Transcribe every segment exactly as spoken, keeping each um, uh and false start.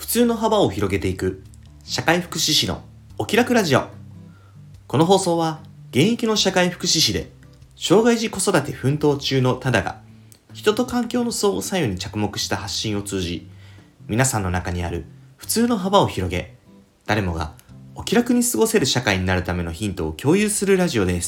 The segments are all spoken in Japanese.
通の幅を広げていく社会福祉士のお気楽ラジオ。この放送は現役の社会福祉士で障害児子育て奮闘中のタダが人と環境の相互作用に着目した発信を通じ、皆さんの中にある普通の幅を広げ、誰もがお気楽に過ごせる社会になるためのヒントを共有するラジオです。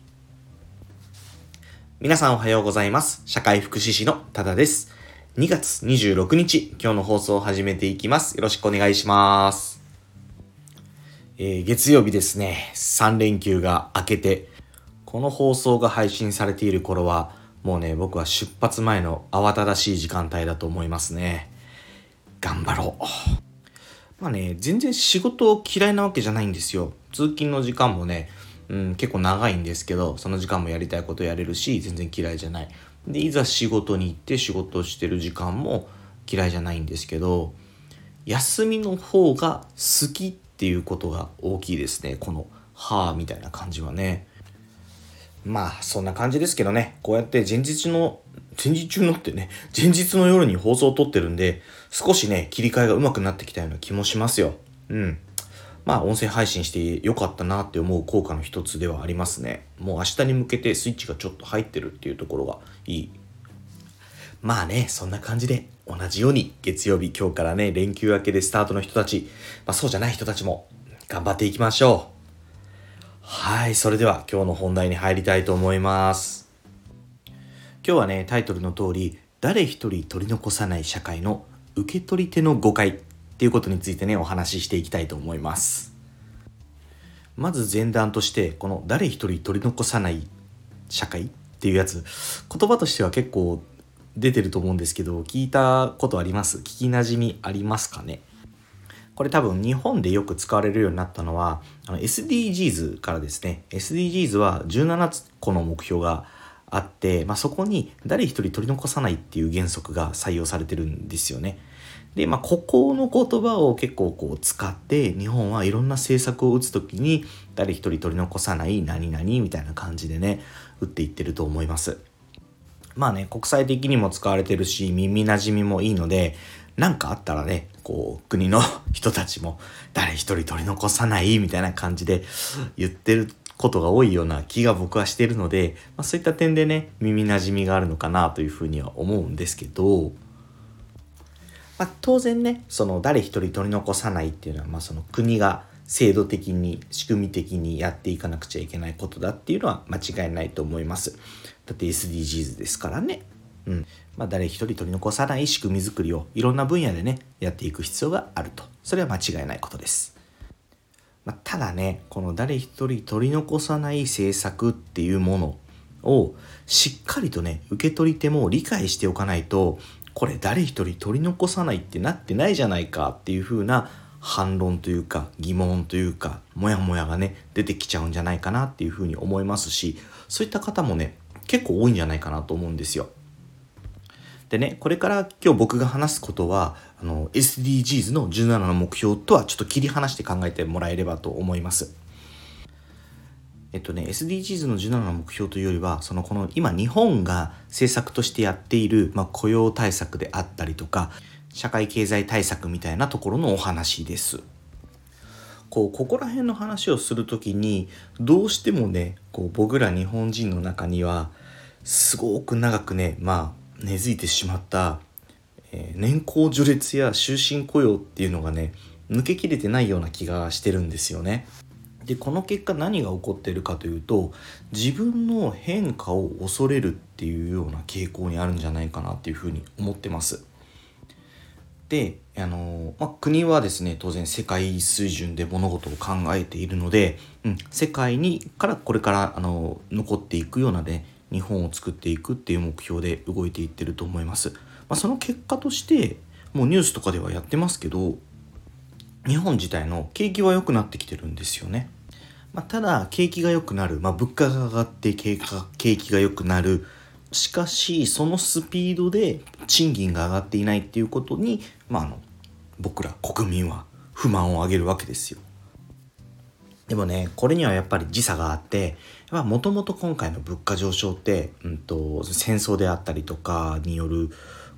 皆さんおはようございます。社会福祉士のタダです。にがつにじゅうろくにち、今日の放送を始めていきます。よろしくお願いします。えー、月曜日ですね。さんれんきゅうが明けて、この放送が配信されている頃は、もうね、僕は出発前の慌ただしい時間帯だと思いますね。頑張ろう。まあね、全然仕事嫌いなわけじゃないんですよ。通勤の時間もね、うん、結構長いんですけど、その時間もやりたいことやれるし、全然嫌いじゃない。で、いざ仕事に行って仕事をしてる時間も嫌いじゃないんですけど、休みの方が好きっていうことが大きいですね。この、はぁみたいな感じはね。まあ、そんな感じですけどね。こうやって前日の、前日中のってね、前日の夜に放送を撮ってるんで、少しね、切り替えが上手くなってきたような気もしますよ。うん。まあ、音声配信してよかったなって思う効果の一つではありますね。もう明日に向けてスイッチがちょっと入ってるっていうところがいい。まあね、そんな感じで同じように月曜日今日からね、連休明けでスタートの人たち、まあそうじゃない人たちも頑張っていきましょう。はい、それでは今日の本題に入りたいと思います。今日はね、タイトルの通り、誰一人取り残さない社会の受け取り手の誤解っていうことについてね、お話ししていきたいと思います。まず前段として、この誰一人取り残さない社会っていうやつ、言葉としては結構出てると思うんですけど、聞いたことあります？聞きなじみありますかね？これ多分日本でよく使われるようになったのはあの エスディージーズ からですね。 エスディージーズ はじゅうななこの目標があって、まあ、そこに誰一人取り残さないっていう原則が採用されてるんですよね。で、まあ、ここの言葉を結構こう使って日本はいろんな政策を打つときに誰一人取り残さない何々みたいな感じでね打っていってると思います。まあね、国際的にも使われてるし耳馴染みもいいので、なんかあったらね、こう国の人たちも誰一人取り残さないみたいな感じで言ってることが多いような気が僕はしているので、まあ、そういった点でね耳馴染みがあるのかなというふうには思うんですけど、まあ、当然ね、その誰一人取り残さないっていうのは、まあその国が制度的に仕組み的にやっていかなくちゃいけないことだっていうのは間違いないと思います。だって エスディージーズ ですからね。うん。まあ誰一人取り残さない仕組み作りをいろんな分野でねやっていく必要があると。それは間違いないことです。まあ、ただね、この誰一人取り残さない政策っていうものをしっかりとね受け取り手も理解しておかないと、これ誰一人取り残さないってなってないじゃないかっていう風な反論というか疑問というかモヤモヤがね出てきちゃうんじゃないかなっていう風に思いますし、そういった方もね結構多いんじゃないかなと思うんですよ。でね、これから今日僕が話すことはあの エスディージーズ のじゅうななの目標とはちょっと切り離して考えてもらえればと思います。えっとね、エスディージーズ のじゅうななの目標というよりは、そのこの今日本が政策としてやっている、まあ、雇用対策であったりとか、社会経済対策みたいなところのお話です。こうここら辺の話をするときに、どうしてもね、こう僕ら日本人の中にはすごく長くね、まあ根付いてしまった、えー、年功序列や終身雇用っていうのがね、抜けきれてないような気がしてるんですよね。でこの結果何が起こっているかというと、自分の変化を恐れるっていうような傾向にあるんじゃないかなっていうふうに思ってます。で、あのまあ、国はですね当然世界水準で物事を考えているので、うん、世界にからこれからあの残っていくようなね日本を作っていくっていう目標で動いていってると思います。まあ、その結果としてもうニュースとかではやってますけど、日本自体の景気は良くなってきてるんですよね。まあ、ただ景気が良くなる、まあ、物価が上がって景気が、景気が良くなる。しかしそのスピードで賃金が上がっていないっていうことに、まあ、あの僕ら国民は不満を上げるわけですよ。でもね、これにはやっぱり時差があって、もともと今回の物価上昇って、うんと、戦争であったりとかによる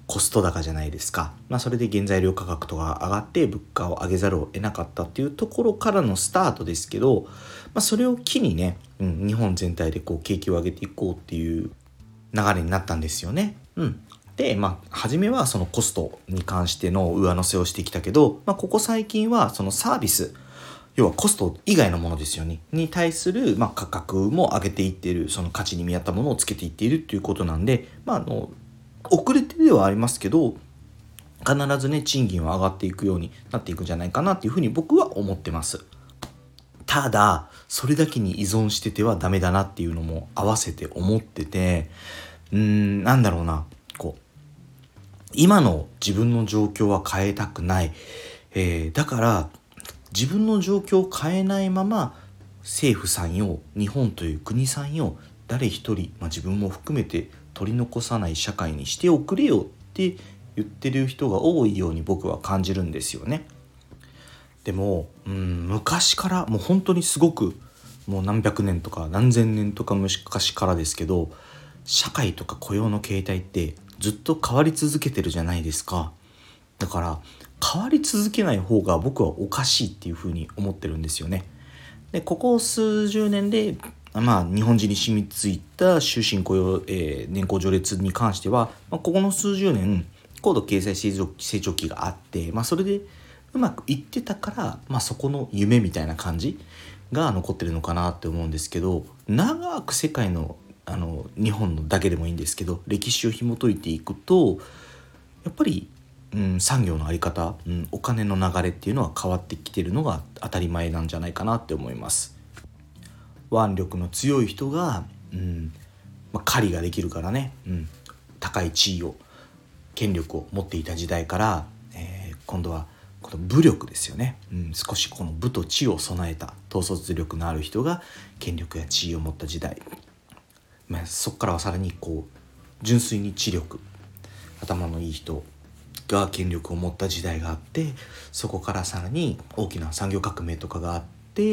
コスト高じゃないですか。まあそれで原材料価格とか上がって物価を上げざるを得なかったっていうところからのスタートですけど、まあそれを機にね、うん、日本全体でこう景気を上げていこうっていう流れになったんですよね。うん。で、まあ初めはそのコストに関しての上乗せをしてきたけど、まあここ最近はそのサービス、要はコスト以外のものですよね。に対する、まあ、価格も上げていっている、その価値に見合ったものをつけていっているということなんで、まあ、あの、遅れてではありますけど、必ずね、賃金は上がっていくようになっていくんじゃないかなっていうふうに僕は思ってます。ただ、それだけに依存しててはダメだなっていうのも合わせて思ってて、うーん、なんだろうな、こう、今の自分の状況は変えたくない。えー、だから、自分の状況を変えないまま政府さんよ、日本という国さんよ、誰一人、まあ、自分も含めて取り残さない社会にしておくれよって言ってる人が多いように僕は感じるんですよね。でも、うん、昔からもう本当にすごくもう何百年とか何千年とか昔からですけど、社会とか雇用の形態ってずっと変わり続けてるじゃないですか。だから変わり続けない方が僕はおかしいっていうふうに思ってるんですよね。でここ数十年で、まあ、日本人に染みついた終身雇用、えー、年功序列に関しては、まあ、ここの数十年高度経済成長成長期があって、まあ、それでうまくいってたから、まあ、そこの夢みたいな感じが残ってるのかなって思うんですけど、長く世界のあの日本のだけでもいいんですけど歴史を紐解いていくと、やっぱりうん、産業のあり方、うん、お金の流れっていうのは変わってきてるのが当たり前なんじゃないかなって思います。腕力の強い人が、うんまあ、狩りができるからね、うん、高い地位を権力を持っていた時代から、えー、今度はこの武力ですよね、うん、少しこの武と知を備えた統率力のある人が権力や地位を持った時代、まあ、そこからはさらにこう純粋に知力、頭のいい人が権力を持った時代があって、そこからさらに大きな産業革命とかがあって、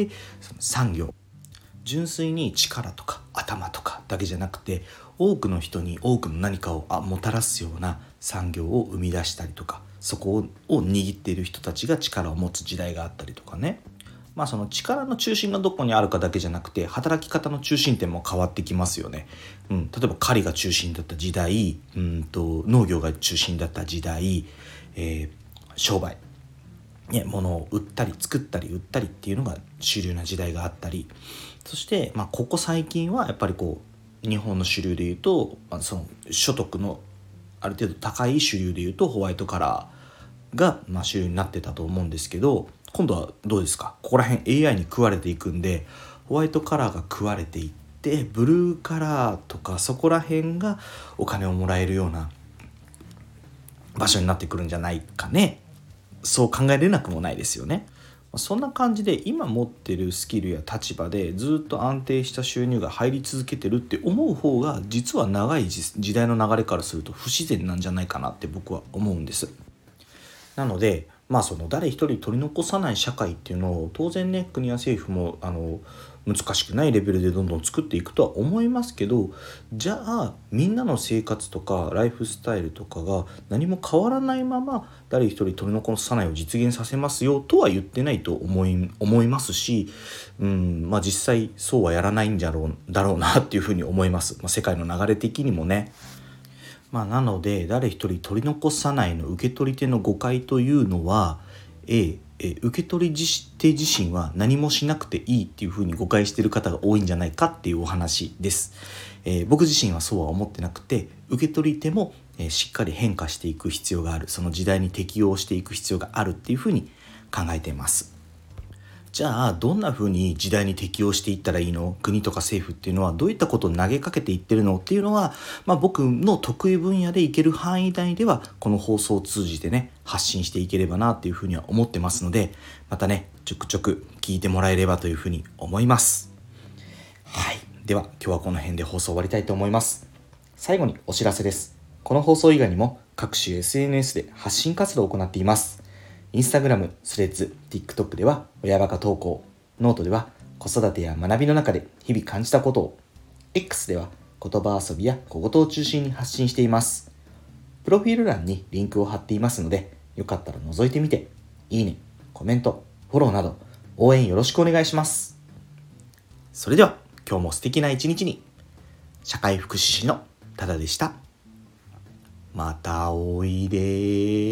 その産業、純粋に力とか頭とかだけじゃなくて多くの人に多くの何かをもたらすような産業を生み出したりとか、そこを握っている人たちが力を持つ時代があったりとかね。まあその力の中心がどこにあるかだけじゃなくて働き方の中心点も変わってきますよね。うん、例えば狩りが中心だった時代、うんと農業が中心だった時代、えー、商売、ね、物を売ったり作ったり売ったりっていうのが主流な時代があったり、そして、まあ、ここ最近はやっぱりこう日本の主流でいうと、まあ、その所得のある程度高い主流でいうとホワイトカラーが、まあ、主流になってたと思うんですけど、今度はどうですか。ここら辺 エーアイ に食われていくんで、ホワイトカラーが食われていってブルーカラーとかそこら辺がお金をもらえるような場所になってくるんじゃないかね。そう考えれなくもないですよね。そんな感じで今持ってるスキルや立場でずっと安定した収入が入り続けてるって思う方が実は長い時代の流れからすると不自然なんじゃないかなって僕は思うんです。なのでまあその誰一人取り残さない社会っていうのを当然ね、国や政府もあの難しくないレベルでどんどん作っていくとは思いますけど、じゃあみんなの生活とかライフスタイルとかが何も変わらないまま誰一人取り残さないを実現させますよとは言ってないと思い、思いますし、うんまあ実際そうはやらないんじゃろうだろうなっていうふうに思います。まあ、世界の流れ的にもね。まあ、なので誰一人取り残さないの受け取り手の誤解というのは、A、え受け取り手自身は何もしなくていいっていうふうに誤解している方が多いんじゃないかっていうお話です。えー、僕自身はそうは思ってなくて、受け取り手も、えー、しっかり変化していく必要がある、その時代に適応していく必要があるっていうふうに考えています。じゃあどんな風に時代に適応していったらいいの？国とか政府っていうのはどういったことを投げかけていってるのっていうのは、まあ、僕の得意分野でいける範囲内ではこの放送を通じてね発信していければなっていうふうには思ってますので、またねちょくちょく聞いてもらえればというふうに思います。はい、では今日はこの辺で放送終わりたいと思います。最後にお知らせです。この放送以外にも各種 エスエヌエス で発信活動を行っています。インスタグラム、スレッズ、TikTok では親バカ投稿、ノートでは子育てや学びの中で日々感じたことを、X では言葉遊びや小言を中心に発信しています。 プロフィール欄にリンクを貼っていますので、よかったら覗いてみて、いいね、コメント、フォローなど応援よろしくお願いします。それでは今日も素敵な一日に。社会福祉士のただでした。またおいで。